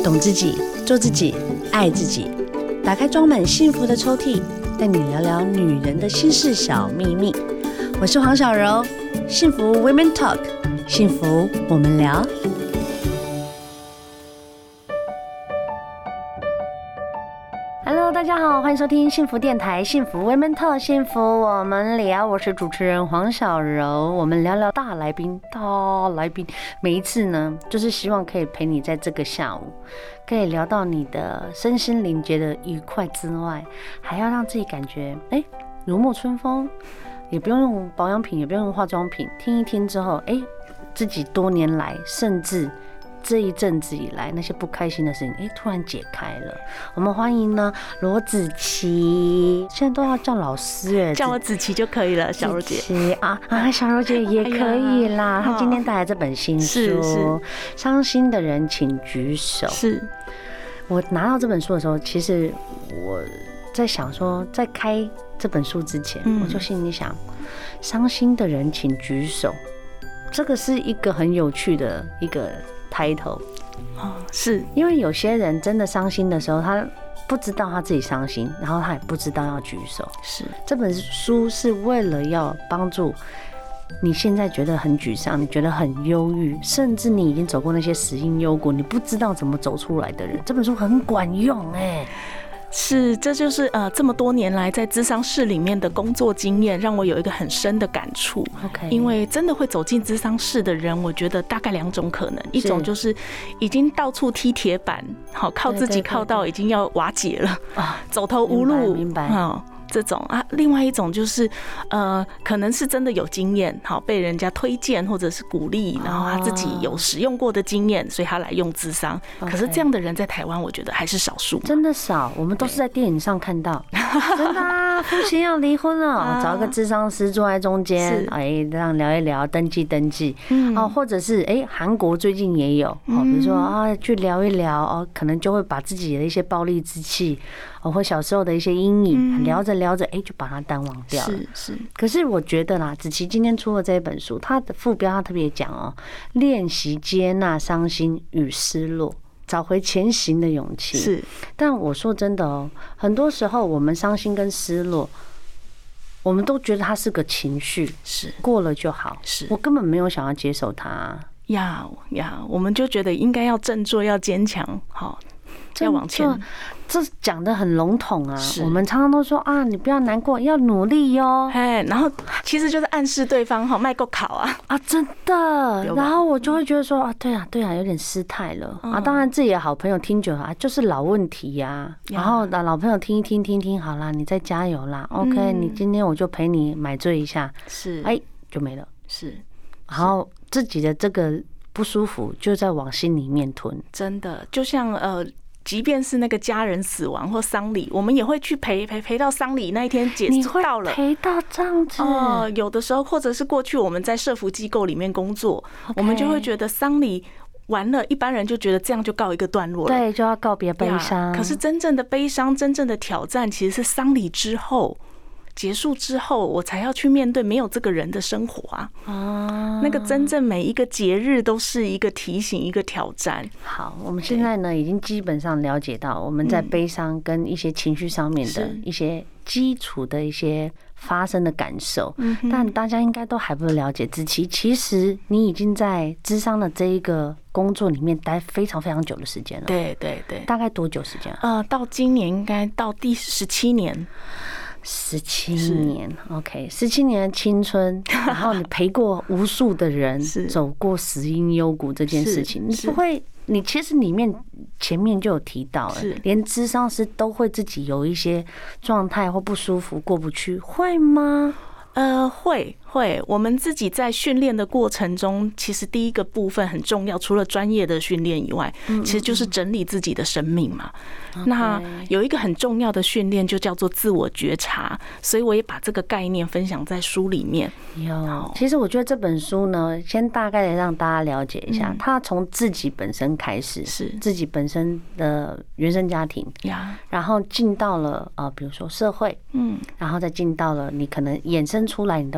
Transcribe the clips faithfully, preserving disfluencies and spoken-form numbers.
懂自己，做自己，爱自己。打开装满幸福的抽屉，带你聊聊女人的心事小秘密。我是黄小柔，幸福 Women Talk， 幸福我们聊。Hello， 大家好，欢迎收听幸福电台，幸福 Women Talk， 幸福我们聊。我是主持人黄小柔，我们聊聊大来宾，大来宾。每一次呢，就是希望可以陪你在这个下午，可以聊到你的身心灵觉得愉快之外，还要让自己感觉哎如沐春风，也不用用保养品，也不用用化妆品，听一听之后，哎，自己多年来甚至这一阵子以来那些不开心的事情，哎，突然解开了。我们欢迎呢罗子琪，现在都要叫老师哎， 叫我子琪就可以了，小柔姐啊啊，小柔姐也可以啦。她、哎、今天带来这本新书《伤心的人请举手》。 是我拿到这本书的时候，其实我在想说，在开这本书之前，嗯、我就心里想，伤心的人请举手，这个是一个很有趣的一个title。 哦，是因为有些人真的伤心的时候，他不知道他自己伤心，然后他也不知道要举手。 是这本书是为了要帮助你现在觉得很沮丧，你觉得很忧郁，甚至你已经走过那些死因幽谷，你不知道怎么走出来的人，这本书很管用哎、欸。 是，这就是呃这么多年来在諮商室里面的工作经验，让我有一个很深的感触。 OK， 因为真的会走进諮商室的人，我觉得大概两种可能，一种就是已经到处踢铁板，好靠自己靠到已经要瓦解了，啊，走投无路， 明白。 这种啊，另外一种就是，呃，可能是真的有经验，好被人家推荐或者是鼓励，然后他自己有使用过的经验，所以他来用諮商。可是这样的人在台湾，我觉得还是少数， 真的少。我们都是在电影上看到，真的啊，夫妻要离婚了，找一个諮商師坐在中間，哎，這樣聊一聊，登記登記，哦，或者是哎，韓國最近也有，哦，比如說啊，去聊一聊，哦，可能就會把自己的一些暴力之氣。哦，或小時候的一些陰影，聊着聊着，哎，就把它淡忘掉了。 是是。 可是我覺得啦，子琪今天出了這本書，它的副標它特別講哦，練習接納傷心與失落，找回前行的勇氣。 是。 但我說真的哦，很多時候我們傷心跟失落，我們都覺得它是個情緒， 是過了就好。 是。 我根本沒有想要接受它。 呀呀，我們就覺得應該要振作，要堅強，好。要往前， 这讲得很笼統啊。我們常常都說啊，你不要難過，要努力喲。 哎，然後其實就是暗示對方哈，賣夠考啊啊，真的。然後我就會覺得說啊，對啊，對啊，有點失態了啊。當然自己的好朋友聽久了啊，就是老問題呀。然後老朋友聽一聽，聽聽好啦，你再加油啦。OK， 你今天我就陪你買醉一下， 是， 哎，就沒了。 是， 然後自己的這個不舒服就在往心裡面吞。 真的，就像呃。即便是那個家人死亡或喪禮，我們也會去陪陪陪到喪禮那一天結束到了， 陪到這樣子。 哦，有的時候或者是過去我們在社福機構裡面工作， okay. 我們就會覺得喪禮完了，一般人就覺得這樣就告一個段落了， 對，就要告別悲傷。 可是真正的悲傷，真正的挑戰，其實是喪禮之後。結束之後，我才要去面對沒有這個人的生活啊！啊，那個真正每一個節日都是一個提醒，一個挑戰。 好，我們現在呢已經基本上了解到我們在悲傷跟一些情緒上面的一些基礎的一些發生的感受，但大家應該都還不了解子琪。其實你已經在諮商的這一個工作裡面待非常非常久的時間了。 對對對， 大概多久時間？ 呃，到今年應該到第十七年。 十七年 ，OK， 十七年的青春，然後你陪過無數的人，走過死因幽谷這件事情，你不會，你其實裡面前面就有提到了，連諮商師都會自己有一些狀態或不舒服過不去，會嗎？ 呃，會會，我們自己在訓練的過程中，其實第一個部分很重要，除了專業的訓練以外，其實就是整理自己的生命嘛。那有一個很重要的訓練就叫做自我覺察，所以我也把這個概念分享在書裡面。 有，其實我覺得這本書呢，先大概的讓大家了解一下，它從自己本身開始，是自己本身的原生家庭，然後進到了呃，比如說社會，嗯，然後再進到了你可能衍生出來你的工作。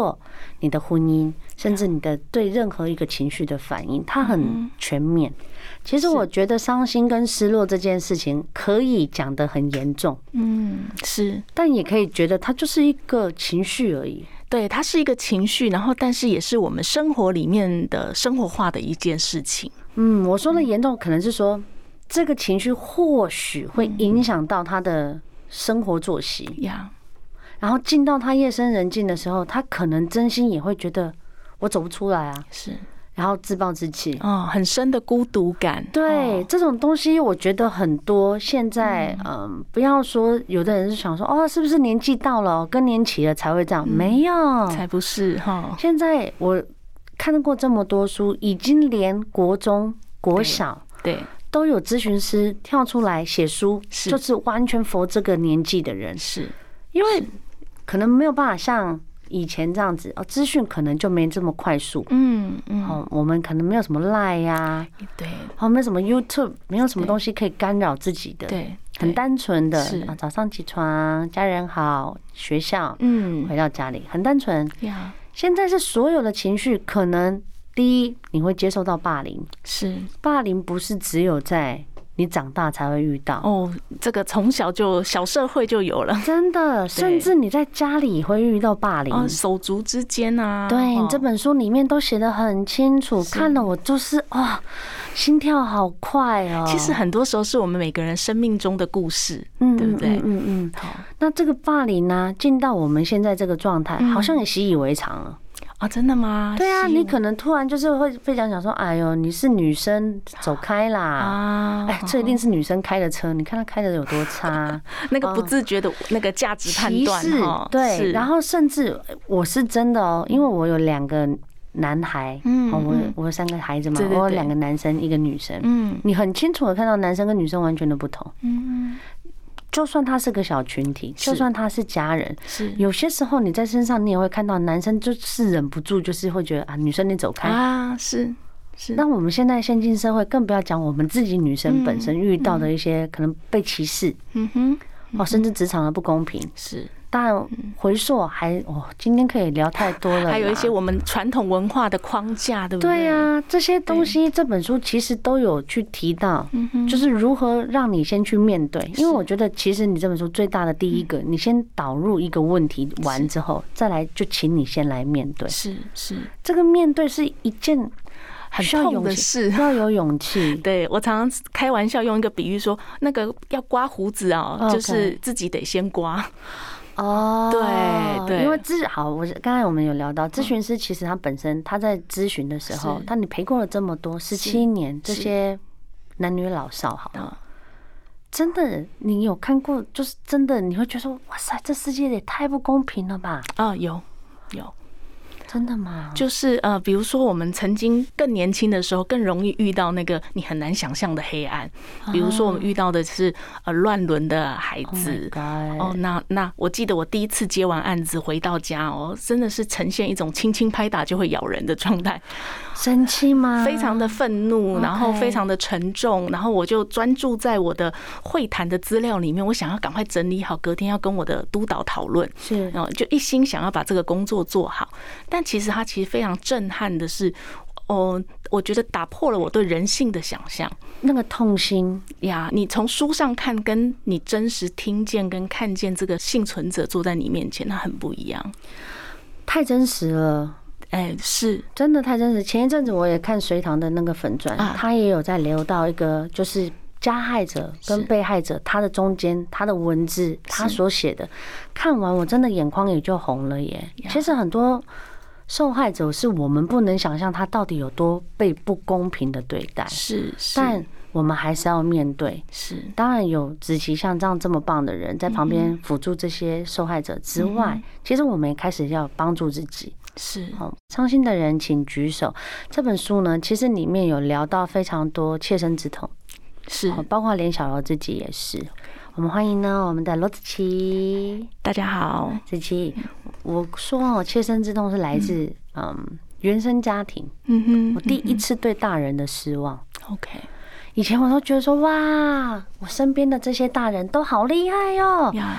作、你的婚姻，甚至你的对任何一个情绪的反应，它很全面。其实我觉得伤心跟失落这件事情可以讲得很严重， 嗯，是， 但也可以觉得它就是一个情绪而已。 对，它是一个情绪，然后但是也是我们生活里面的生活化的一件事情。 嗯，我说的严重可能是说这个情绪或许会影响到他的生活作息呀，然后进到他夜深人静的时候，他可能真心也会觉得我走不出来啊，是。然后自暴自弃， 哦，很深的孤独感。 对，这种东西我觉得很多。现在，嗯，不要说有的人是想说，哦，是不是年纪到了，更年期了才会这样？没有， 才不是哈。 现在我看过这么多书，已经连国中、国小，对，都有咨询师跳出来写书，就是完全佛这个年纪的人，是因为可能没有办法像以前这样子哦，资讯可能就没这么快速，嗯嗯，哦，我们可能没有什么 Line 呀，对，哦，没有什么 YouTube， 没有什么东西可以干扰自己的，对，很单纯的啊，早上起床，家人好，学校，嗯，回到家里很单纯。现在是所有的情绪，可能第一你会接受到霸凌，是霸凌不是只有在你长大才会遇到哦，这个从小就小社会就有了， 真的，甚至你在家里会遇到霸凌， 哦，手足之间啊， 对，这本书里面都写得很清楚，看了我就是啊，心跳好快哦。 其实很多时候是我们每个人生命中的故事，嗯，对不对？ 嗯嗯嗯。那这个霸凌呢，进到我们现在这个状态，好像也习以为常了。 啊，真的吗？ 对啊，你可能突然就是会被讲讲说，哎呦，你是女生，走开啦！啊，哎，这一定是女生开的车，你看她开的有多差， 那个不自觉的那个价值判断哈。 对，然后甚至我是真的哦，因为我有两个男孩，嗯，我我有三个孩子嘛，我有两个男生，一个女生，嗯，你很清楚的看到男生跟女生完全的不同，嗯。就算他是个小群体，就算他是家人，是有些时候你在身上，你也会看到男生就是忍不住，就是会觉得啊，女生你走开啊，是是。那我们现在先进社会，更不要讲我们自己女生本身遇到的一些可能被歧视，嗯哼，哦，甚至职场的不公平，是。当然，回溯还哦，今天可以聊太多了。 还有一些我们传统文化的框架，对不对？ 对啊，这些东西这本书其实都有去提到，就是如何让你先去面对。因为我觉得，其实你这本书最大的第一个，你先导入一个问题完之后，再来就请你先来面对。是是，这个面对是一件很痛的事， 要有勇气。 对，我常常开玩笑用一个比喻说，那个要刮胡子啊，就是自己得先刮。 哦，对对，因为咨好，我刚才我们有聊到，咨询师其实他本身他在咨询的时候，他你陪过了这么多十七年这些男女老少，好了，真的你有看过，就是真的你会觉得说，哇塞，这世界也太不公平了吧？ 啊，有有。 真的吗？ 就是呃，比如说我们曾经更年轻的时候，更容易遇到那个你很难想象的黑暗。比如说我们遇到的是呃乱伦的孩子。哦，那那我记得我第一次接完案子回到家哦，真的是呈现一种轻轻拍打就会咬人的状态。 生气吗？ 非常的愤怒，然后非常的沉重，然后我就专注在我的会谈的资料里面，我想要赶快整理好，隔天要跟我的督导讨论。是，然后就一心想要把这个工作做好。但其实它其实非常震撼的是，哦，我觉得打破了我对人性的想象。 那个痛心呀，你从书上看，跟你真实听见跟看见这个幸存者坐在你面前，那很不一样， 太真实了。 哎，是真的太真实。前一阵子我也看隋唐的那个粉专，他也有在聊到一个就是加害者跟被害者他的中间他的文字，他所写的，看完我真的眼眶也就红了耶。其实很多受害者是我们不能想象他到底有多被不公平的对待，是，但我们还是要面对。是，当然有子琪像这样这么棒的人在旁边辅助这些受害者之外，其实我们也开始要帮助自己。是，伤心的人请举手。这本书呢，其实里面有聊到非常多切身之痛，是，包括连小柔自己也是。我们欢迎呢我们的罗子琪。 大家好， 子琪，我说哦，切身之痛是来自嗯原生家庭。嗯哼，我第一次对大人的失望。OK， 以前我都觉得说哇，我身边的这些大人都好厉害哦。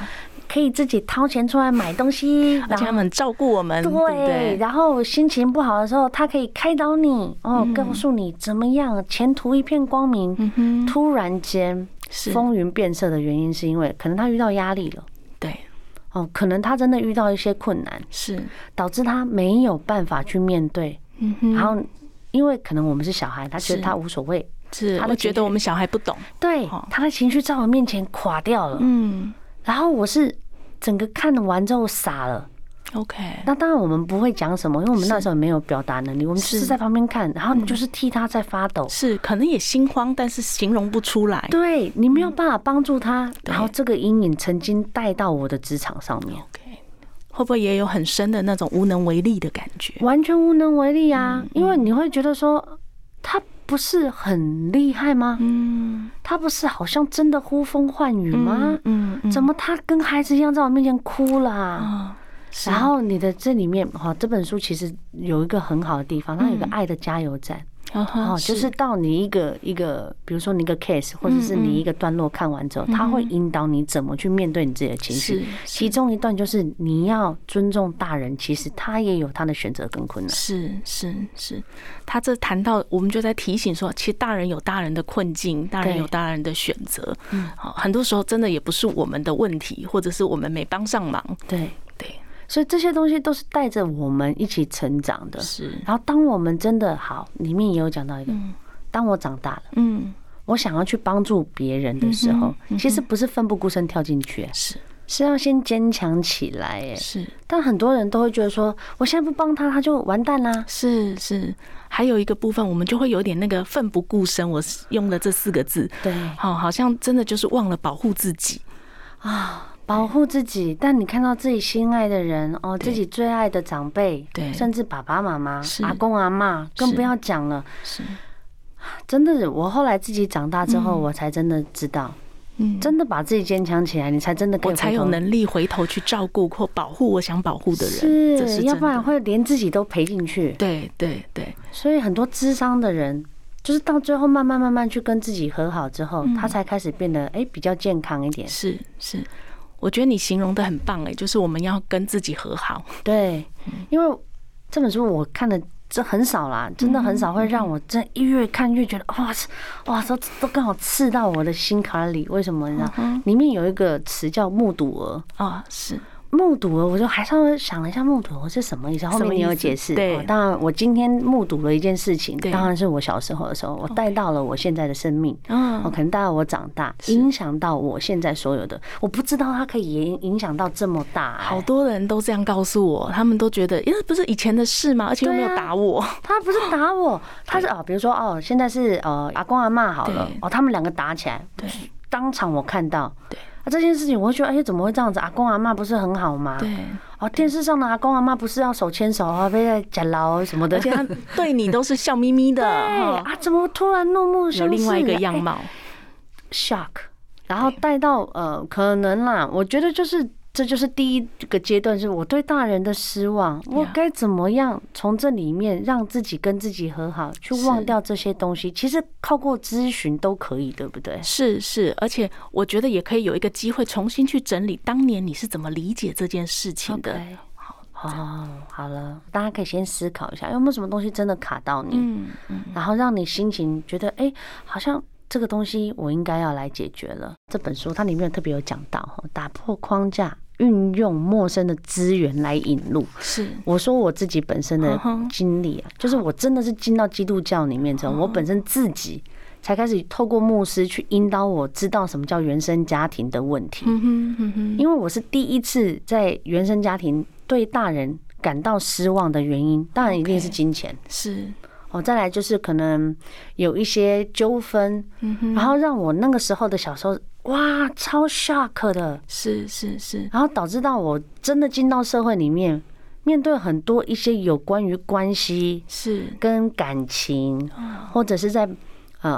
可以自己掏钱出来买东西， 而且他们照顾我们，对不对？ 然后心情不好的时候，他可以开导你哦，告诉你怎么样，前途一片光明。突然间风云变色的原因，是因为可能他遇到压力了， 对， 哦，可能他真的遇到一些困难， 是导致他没有办法去面对。然后因为可能我们是小孩，他觉得他无所谓， 是他觉得我们小孩不懂， 对，他的情绪在我面前垮掉了。嗯，然后我是整个看完之后傻了。 OK， 那当然我们不会讲什么，因为我们那时候没有表达能力，我们只是在旁边看，然后你就是替他在发抖， 是可能也心慌，但是形容不出来。 对，你没有办法帮助他，然后这个阴影曾经带到我的职场上面。 OK， 会不会也有很深的那种无能为力的感觉？ 完全无能为力啊，因为你会觉得说他不是很厉害吗？嗯，他不是好像真的呼风唤雨吗？嗯，怎么他跟孩子一样在我面前哭啦？然后你的这里面哈，这本书其实有一个很好的地方，它有一个爱的加油站。哦，就是到你一个一个，比如说你一个 case， 或者是你一个段落看完之后，他会引导你怎么去面对你自己的情绪。其中一段就是你要尊重大人，其实他也有他的选择跟困难。 是是是，他这谈到，我们就在提醒说，其实大人有大人的困境，大人有大人的选择。嗯，好，很多时候真的也不是我们的问题，或者是我们没帮上忙。 对对。 所以这些东西都是带着我们一起成长的。 是。 然后当我们真的好，里面也有讲到一个，当我长大了，嗯，我想要去帮助别人的时候，其实不是奋不顾身跳进去， 是是要先坚强起来。哎， 是。 但很多人都会觉得说，我现在不帮他，他就完蛋啦。 是是。还有一个部分，我们就会有点那个奋不顾身。我用了这四个字， 对， 好，好像真的就是忘了保护自己啊。保护自己，但你看到自己心爱的人哦，自己最爱的长辈，对，甚至爸爸妈妈、阿公阿嬷，更不要讲了。是，真的，我后来自己长大之后，我才真的知道，嗯，真的把自己坚强起来，你才真的可以， 我才有能力回头去照顾或保护我想保护的人。 是，要不然会连自己都赔进去。 对对对， 所以很多諮商的人，就是到最后慢慢慢慢去跟自己和好之后，他才开始变得哎比较健康一点。 是是。我觉得你形容的很棒哎，就是我们要跟自己和好。 对，因为这本书我看的这很少啦，真的很少会让我这越看越觉得哇哇，都都刚好刺到我的心坎里。为什么呢？里面有一个词叫目睹儿啊，是。 目睹了，我就还稍微想了一下，目睹了是什么意思？后面你有解释。对，当然我今天目睹了一件事情，当然是我小时候的时候，我带到了我现在的生命，我可能带到我长大，影响到我现在所有的。我不知道它可以影影响到这么大。 好多人都这样告诉我，他们都觉得，因为不是以前的事吗？而且又没有打我。 他不是打我，他是哦，比如说哦，现在是呃阿公阿嬷好了，哦，他们两个打起来，对，当场我看到，对。这件事情我会觉得，哎，怎么会这样子？阿公阿嬷不是很好吗？对，哦，电视上的阿公阿嬷不是要手牵手啊，被在夹牢什么的， 而且他对你都是笑眯眯的。 对啊，怎么突然怒目相视？ 有另外一个样貌 ，shock， 然后带到呃，可能啦，我觉得就是这就是第一个阶段，是我对大人的失望，我该怎么样从这里面让自己跟自己和好，去忘掉这些东西？其实靠过咨询都可以，对不对？ 是是，而且我觉得也可以有一个机会重新去整理当年你是怎么理解这件事情的。 Okay. 哦，好了，大家可以先思考一下，有没有什么东西真的卡到你，嗯嗯，然后让你心情觉得，哎，好像这个东西我应该要来解决了。这本书它里面特别有讲到，打破框架，运用陌生的资源来引路。是，我说我自己本身的经历啊，就是我真的是进到基督教里面之后，我本身自己才开始透过牧师去引导我知道什么叫原生家庭的问题。因为我是第一次在原生家庭对大人感到失望的原因，当然一定是金钱。是。哦，再来就是可能有一些纠纷，然后让我那个时候的小时候，哇，超 shock 的， 是是是， 然后导致到我真的进到社会里面，面对很多一些有关于关系是跟感情，或者是在呃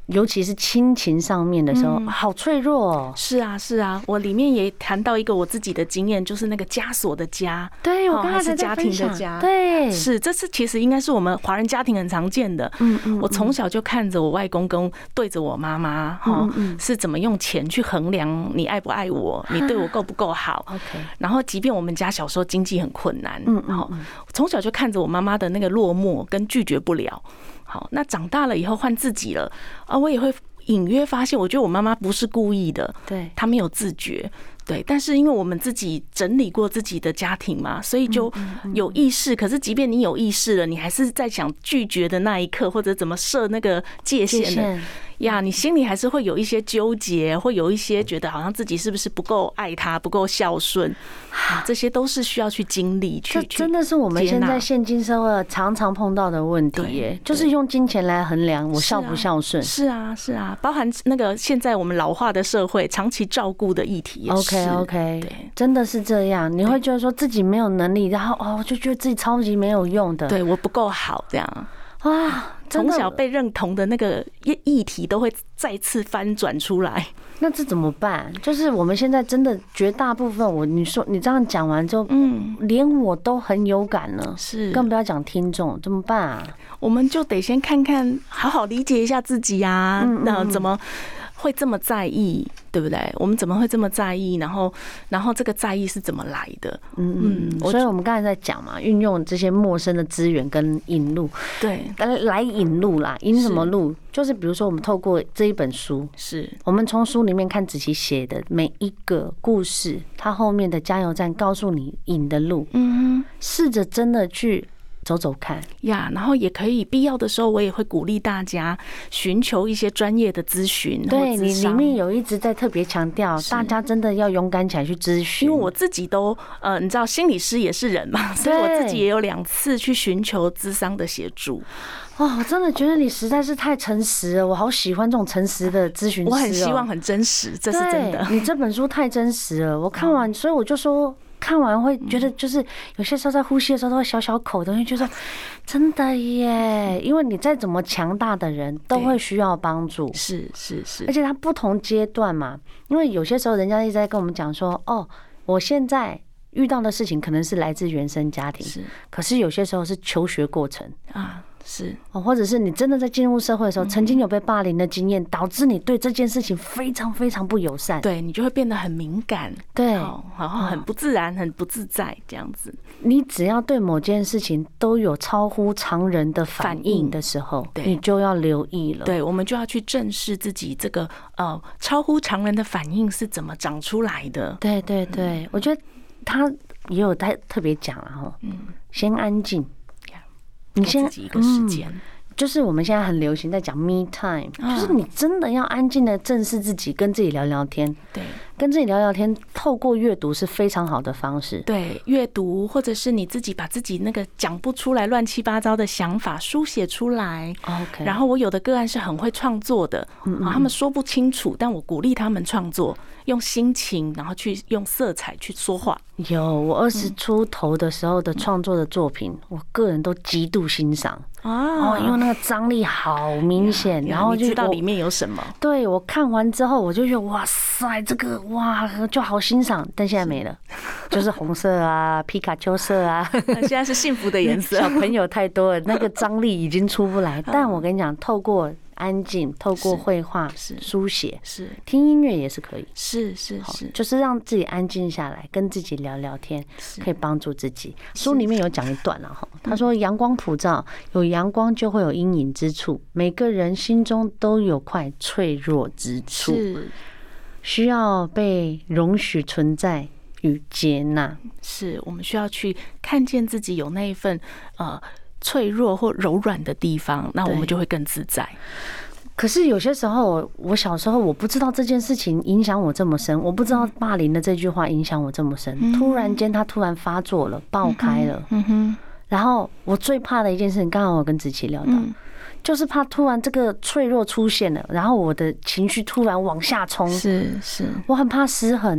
尤其是亲情上面的时候，嗯、好脆弱哦。 是啊，是啊，我里面也谈到一个我自己的经验，就是那个枷锁的枷， 对，我刚才是家庭的家， 对， 是，这是其实应该是我们华人家庭很常见的。嗯嗯，我从小就看着我外公跟对着我妈妈，哈，是怎么用钱去衡量你爱不爱我，你对我够不够好。OK， 然后即便我们家小时候经济很困难，嗯嗯，从小就看着我妈妈的那个落寞跟拒绝不了。好，那长大了以后换自己了啊，我也会隐约发现，我觉得我妈妈不是故意的，对，她没有自觉，对，但是因为我们自己整理过自己的家庭嘛，所以就有意识。可是即便你有意识了，你还是在想拒绝的那一刻，或者怎么设那个界限的呀，你心里还是会有一些纠结，会有一些觉得好像自己是不是不够爱他，不够孝顺，啊，这些都是需要去经历。去， 这真的是我们现在现今社会常常碰到的问题耶，就是用金钱来衡量我孝不孝顺。 是啊，是啊，包含那个现在我们老化的社会，长期照顾的议题也是。 OK OK， 对，真的是这样，你会觉得说自己没有能力，然后哦，就觉得自己超级没有用的， 对我不够好这样。 哇， 从小被认同的那个议题都会再次翻转出来， 那这怎么办？就是我们现在真的绝大部分，我你说你这样讲完之后，嗯，连我都很有感了，是，更不要讲听众，怎么办啊？ 我们就得先看看，好好理解一下自己啊，那怎么会这么在意，对不对？我们怎么会这么在意？然后，然后这个在意是怎么来的？ 嗯嗯，所以我们刚才在讲嘛，运用这些陌生的资源跟引路， 对， 来引路啦，引什么路？就是比如说，我们透过这一本书，是我们从书里面看子琪写的每一个故事，它后面的加油站告诉你引的路，嗯，试着真的去走走看呀，然后也可以必要的时候，我也会鼓励大家寻求一些专业的咨询。 对，你里面有一直在特别强调，大家真的要勇敢起来去咨询。 因为我自己都呃，你知道，心理师也是人嘛，所以我自己也有两次去寻求諮商的协助。 哦，我真的觉得你实在是太诚实了，我好喜欢这种诚实的咨询师。 我很希望很真实，这是真的。 你这本书太真实了，我看完，所以我就说。看完会觉得，就是有些时候在呼吸的时候都会小小口的，会觉得真的耶，因为你再怎么强大的人都会需要帮助， 是是是， 而且他不同阶段嘛，因为有些时候人家一直在跟我们讲说，哦，我现在遇到的事情可能是来自原生家庭，是，可是有些时候是求学过程啊。是哦，或者是你真的在进入社会的时候，曾经有被霸凌的经验，导致你对这件事情非常非常不友善， 对你就会变得很敏感， 对， 然后很不自然、很不自在这样子。 你只要对某件事情都有超乎常人的反应的时候，你就要留意了。 对，我们就要去正视自己这个呃超乎常人的反应是怎么长出来的。 对对对，我觉得他也有特特别讲啊，哈，嗯，先安静。 你先自己一个时间， 嗯，就是我们现在很流行在讲 me time，啊，就是你真的要安静的正视自己，跟自己聊聊天。对，跟自己聊聊天，透过阅读是非常好的方式。 对，阅读或者是你自己把自己那个讲不出来乱七八糟的想法书写出来。OK。然后我有的个案是很会创作的，嗯，他们说不清楚，但我鼓励他们创作，用心情，然后去用色彩去说话。 有，我二十出头的时候的创作的作品，我个人都极度欣赏啊，因为那个张力好明显，然后就知道里面有什么。 对，我看完之后，我就觉得哇塞，这个哇就好欣赏，但现在没了，就是红色啊、皮卡丘色啊， 现在是幸福的颜色。 小朋友太多了，那个张力已经出不来。但我跟你讲，透过安静，透过绘画、书写，是听音乐也是可以， 是是是， 就是让自己安静下来，跟自己聊聊天，可以帮助自己。书里面有讲一段了哈，他说：“阳光普照，有阳光就会有阴影之处，每个人心中都有块脆弱之处，需要被容许存在与接纳。 是我们需要去看见自己有那一份呃。”脆弱或柔软的地方，那我们就会更自在。 可是有些时候，我小时候我不知道这件事情影响我这么深，我不知道霸凌的这句话影响我这么深。嗯、突然间，他突然发作了，爆开了。嗯哼。然后我最怕的一件事情，刚好我跟子琪聊到，嗯、就是怕突然这个脆弱出现了，然后我的情绪突然往下冲。 是是， 我很怕失衡呢、欸。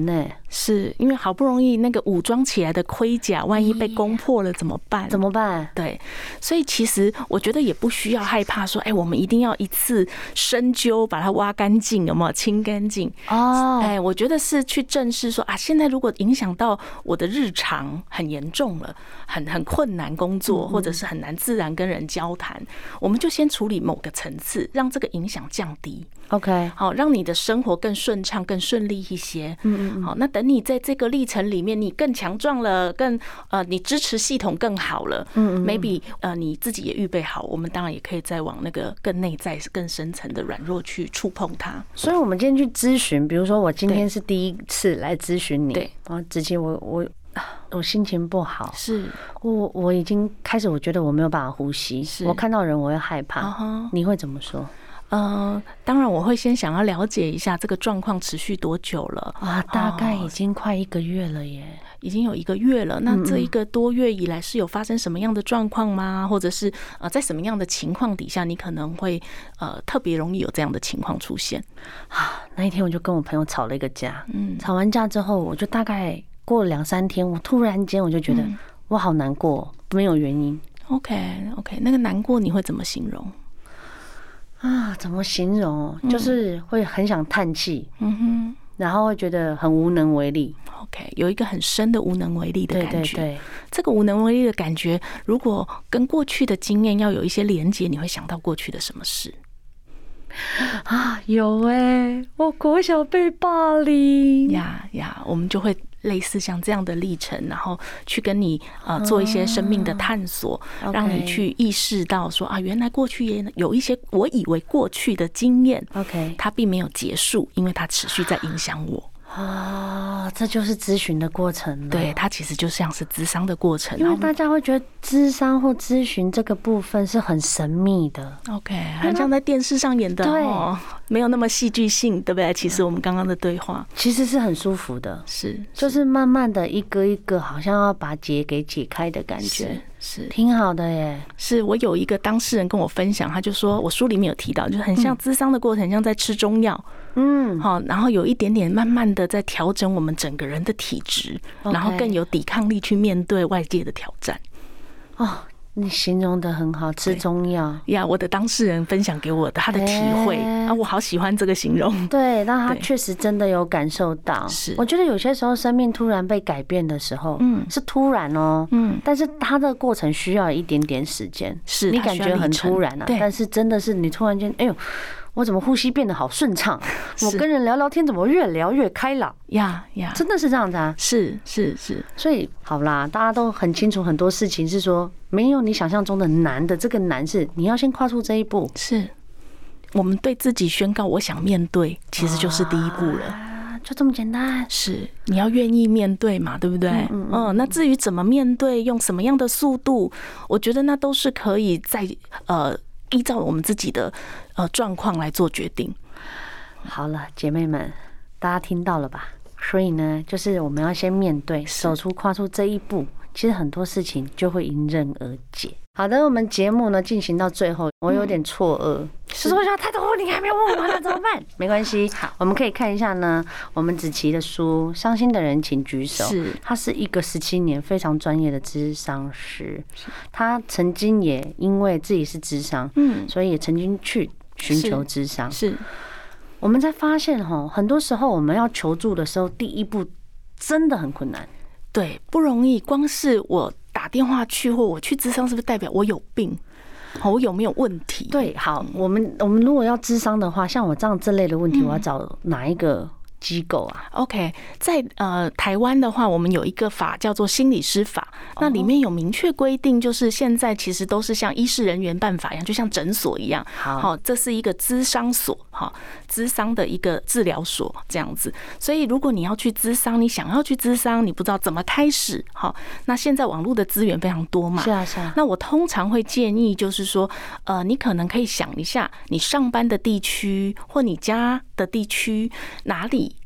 是因为好不容易那个武装起来的盔甲，万一被攻破了怎么办？ 怎么办？ 对，所以其实我觉得也不需要害怕说，哎，我们一定要一次深究把它挖干净，有没有清干净？哦，哎，我觉得是去正视说啊，现在如果影响到我的日常很严重了，很很困难工作，或者是很难自然跟人交谈，我们就先处理某个层次，让这个影响降低。 OK， 好，让你的生活更顺畅、更顺利一些。嗯嗯，好，那等你在这个历程里面，你更强壮了，更呃，你支持系统更好了。嗯嗯 ，maybe 呃，你自己也预备好，我们当然也可以再往那个更内在、更深层的软弱去触碰它。 所以，我们今天去咨询，比如说我今天是第一次来咨询你， 对， 然后子琪，我我我心情不好， 是我我已经开始，我觉得我没有办法呼吸，我看到人我会害怕， uh-huh. 你会怎么说？ 呃，当然我会先想要了解一下这个状况持续多久了啊？大概已经快一个月了耶， 已经有一个月了。那这一个多月以来是有发生什么样的状况吗？或者是呃，在什么样的情况底下，你可能会呃特别容易有这样的情况出现？ 啊，那一天我就跟我朋友吵了一个架，嗯，吵完架之后，我就大概过了两三天，我突然间我就觉得我好难过，没有原因。 OK OK， 那个难过你会怎么形容？ 啊，怎么形容？就是会很想叹气，嗯哼，然后会觉得很无能为力。 OK， 有一个很深的无能为力的感觉。 对对对， 这个无能为力的感觉，如果跟过去的经验要有一些连结，你会想到过去的什么事？ 啊，有哎、欸，我国小被霸凌呀呀，我们就会类似像这样的历程，然后去跟你呃做一些生命的探索，啊、让你去意识到说啊，原来过去也有一些我以为过去的经验 ，OK， 它并没有结束，因为它持续在影响我。 啊，这就是咨询的过程了。 对，它其实就像是咨商的过程， 因为大家会觉得咨商或咨询这个部分是很神秘的。 OK， 很像在电视上演的， 对， 哦，没有那么戏剧性，对不对？其实我们刚刚的对话其实是很舒服的， 是， 就是慢慢的一个一个，好像要把结给解开的感觉。 是挺好的耶。 是我有一个当事人跟我分享，他就说我书里面有提到，就是很像諮商的过程，很像在吃中药，嗯，好，然后有一点点慢慢的在调整我们整个人的体质，然后更有抵抗力去面对外界的挑战。 哦，你形容的很好，吃中药呀，我的当事人分享给我的他的体会、欸、啊，我好喜欢这个形容。 对，那他确实真的有感受到。是，我觉得有些时候生命突然被改变的时候，嗯，是突然哦，嗯，但是他的过程需要一点点时间。是，你感觉很突然啊，但是真的是你突然间，哎呦。我怎么呼吸变得好顺畅？我跟人聊聊天怎么越聊越开朗呀呀？ 真的是这样子啊！ 是是是， 所以好啦，大家都很清楚很多事情是说没有你想象中的难的，这个难是你要先跨出这一步。 是我们对自己宣告我想面对，其实就是第一步了。 啊，就这么简单。 是你要愿意面对嘛，对不对？嗯嗯，嗯。那至于怎么面对，用什么样的速度，我觉得那都是可以在呃。依照我们自己的呃状况来做决定。 好了，姐妹们，大家听到了吧？所以呢，就是我们要先面对，走出、跨出这一步，其实很多事情就会迎刃而解。好的，我们节目呢进行到最后，我有点错愕，就是我想太多问题还没有问完了，怎么办？没关系，我们可以看一下呢，我们子琪的书《伤心的人请举手》，是，他是一个十七年非常专业的諮商师，他曾经也因为自己是諮商，嗯，所以也曾经去寻求諮商，是。我们在发现哈，很多时候我们要求助的时候，第一步真的很困难， 对，不容易，光是我。打电话去或我去諮商，是不是代表我有病？我有没有问题？ 对，好，我们我们如果要諮商的话，像我这样这类的问题，我要找哪一个机构啊 ？OK， 在呃台湾的话，我们有一个法叫做心理师法，那里面有明确规定，就是现在其实都是像医事人员办法一样，就像诊所一样。好，这是一个諮商所，哈，諮商的一个治疗所这样子。所以如果你要去諮商，你想要去諮商，你不知道怎么开始，好，那现在网絡的资源非常多嘛， 是啊是啊。 那我通常会建议就是说，呃，你可能可以想一下，你上班的地区或你家的地区哪里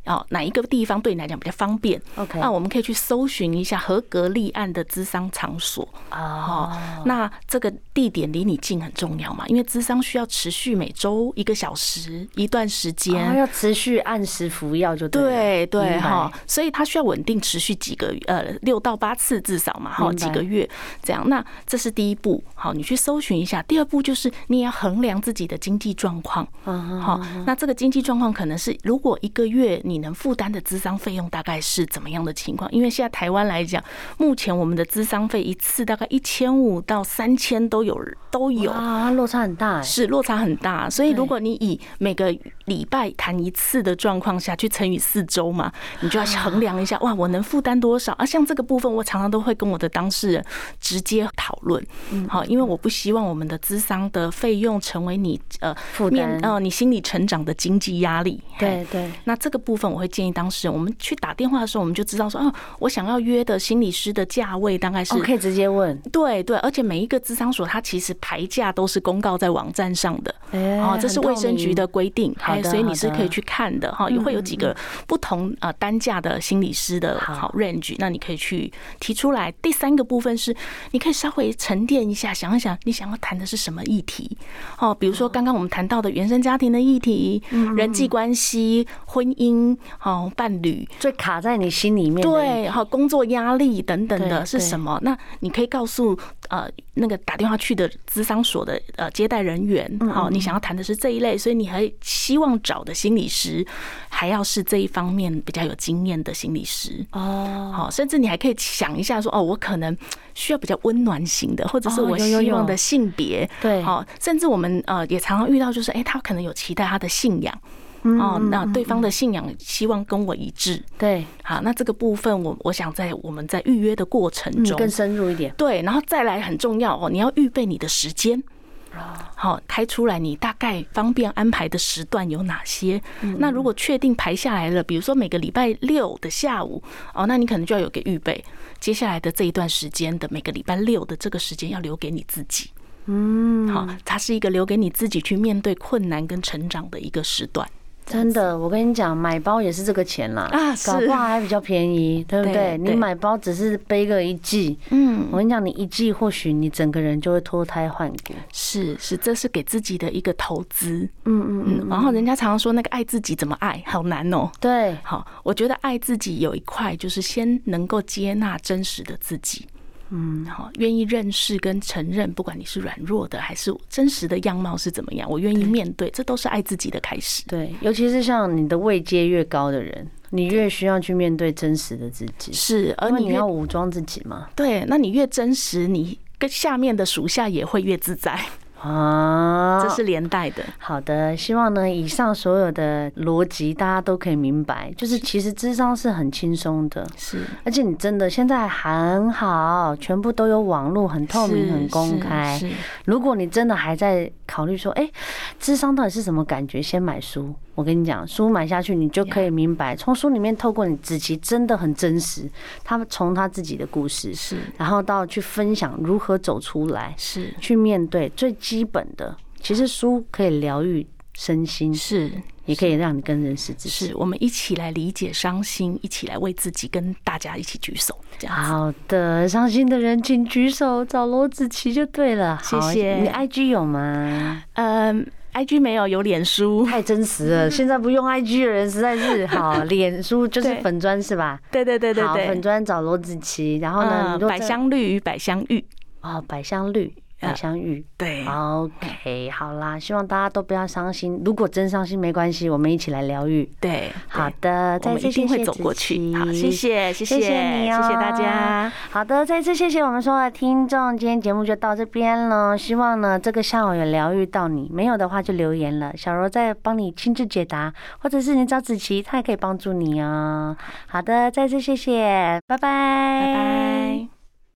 哦，哪一个地方对你来讲比较方便 ？OK， 那我们可以去搜寻一下合格立案的咨商场所哦。 那这个地点离你近很重要嘛，因为咨商需要持续每周一个小时一段时间， 哦，要持续按时服药就对了。 对对哈，所以它需要稳定持续几个呃六到八次至少嘛，哈几个月这样。那这是第一步，好，你去搜寻一下。第二步就是你也要衡量自己的经济状况，好，那这个经济状况可能是如果一个月你能负担的咨商费用大概是怎么样的情况？因为现在台湾来讲，目前我们的咨商费一次大概一千五到三千都有都有， 啊，落差很大， 是落差很大。所以如果你以每个礼拜谈一次的状况下去乘以四周嘛，你就要衡量一下，哇，我能负担多少啊？像这个部分，我常常都会跟我的当事人直接讨论，好，因为我不希望我们的咨商的费用成为你呃负担呃你心理成长的经济压力。 对对， 那这个部分我会建议当事人，我们去打电话的时候，我们就知道说，哦，我想要约的心理师的价位大概是， 哦，可以直接问， 对对，而且每一个咨商所它其实牌价都是公告在网站上的， 哎， 哦，这是卫生局的规定， 哎， 所以你是可以去看的哈，也会有几个不同呃单价的心理师的好 range， 那你可以去提出来。第三个部分是，你可以稍微沉淀一下，想一想你想要谈的是什么议题哦，比如说刚刚我们谈到的原生家庭的议题、人际关系、婚姻、哦伴侣， 最卡在你心里面的， 对，好，工作压力等等的是什么？那你可以告诉呃那个打电话去的咨商所的呃接待人员，好，你想要谈的是这一类，所以你还希望找的心理师还要是这一方面比较有经验的心理师哦，好，甚至你还可以想一下说，哦，我可能需要比较温暖型的，或者是我希望的性别， 对， 好，甚至我们呃也常常遇到就是，哎，他可能有期待他的信仰。哦，那对方的信仰希望跟我一致， 对， 好，那这个部分我我想在我们在预约的过程中更深入一点， 对，然后再来很重要哦，你要预备你的时间。好，开出来你大概方便安排的时段有哪些？那如果确定排下来了，比如说每个礼拜六的下午哦，那你可能就要有个预备，接下来的这一段时间的每个礼拜六的这个时间要留给你自己。嗯，好，它是一个留给你自己去面对困难跟成长的一个时段。 真的，我跟你讲，买包也是这个钱啦，啊，搞不好还比较便宜，对不对？你买包只是背个一季，嗯，我跟你讲，你一季或许你整个人就会脱胎换骨。 是是，这是给自己的一个投资，嗯嗯嗯。然后人家常常说那个爱自己怎么爱，好难哦。 对， 好，我觉得爱自己有一块就是先能够接纳真实的自己。嗯，好，愿意认识跟承认，不管你是软弱的还是真实的样貌是怎么样，我愿意面对，这都是爱自己的开始。 对，尤其是像你的位阶越高的人，你越需要去面对真实的自己。 是，而你要武装自己嘛。 对，那你越真实，你跟下面的属下也会越自在。 啊， 这是连带的。 好的，希望呢，以上所有的逻辑大家都可以明白，就是其实諮商是很轻松的， 是， 而且你真的现在很好，全部都有网络，很透明、很公开。如果你真的还在考虑说，哎，諮商到底是什么感觉，先买书。我跟你讲，书买下去，你就可以明白，从书里面透过你子琪真的很真实，他从他自己的故事， 是， 然后到去分享如何走出来， 是， 去面对最基本的。其实书可以疗愈身心， 是， 也可以让你更认识自己。 是，我们一起来理解伤心，一起来为自己跟大家一起举手，这样子。 好的，伤心的人请举手，找罗子琪就对了。 谢谢。 你 I G 有吗？ 嗯。I G 没有，有脸书， 太真实了。现在不用 I G 的人实在是好，脸书就是粉专是吧？ 对对对对对， 好，粉专找罗子琪，然后呢， 百香绿与百香玉哦，百香绿。百香玉， 对 ，OK， 好啦，希望大家都不要伤心。如果真伤心没关系，我们一起来疗愈。 对， 好的，再次谢谢走过去。好，谢谢， 谢谢，谢谢你哦，谢谢大家。 好的，再次谢谢我们所有的听众，今天节目就到这边了。希望呢，这个下午有疗愈到你，没有的话就留言了，小柔再帮你亲自解答，或者是你找子琪，他也可以帮助你哦。好的，再次谢谢，拜拜， 拜拜。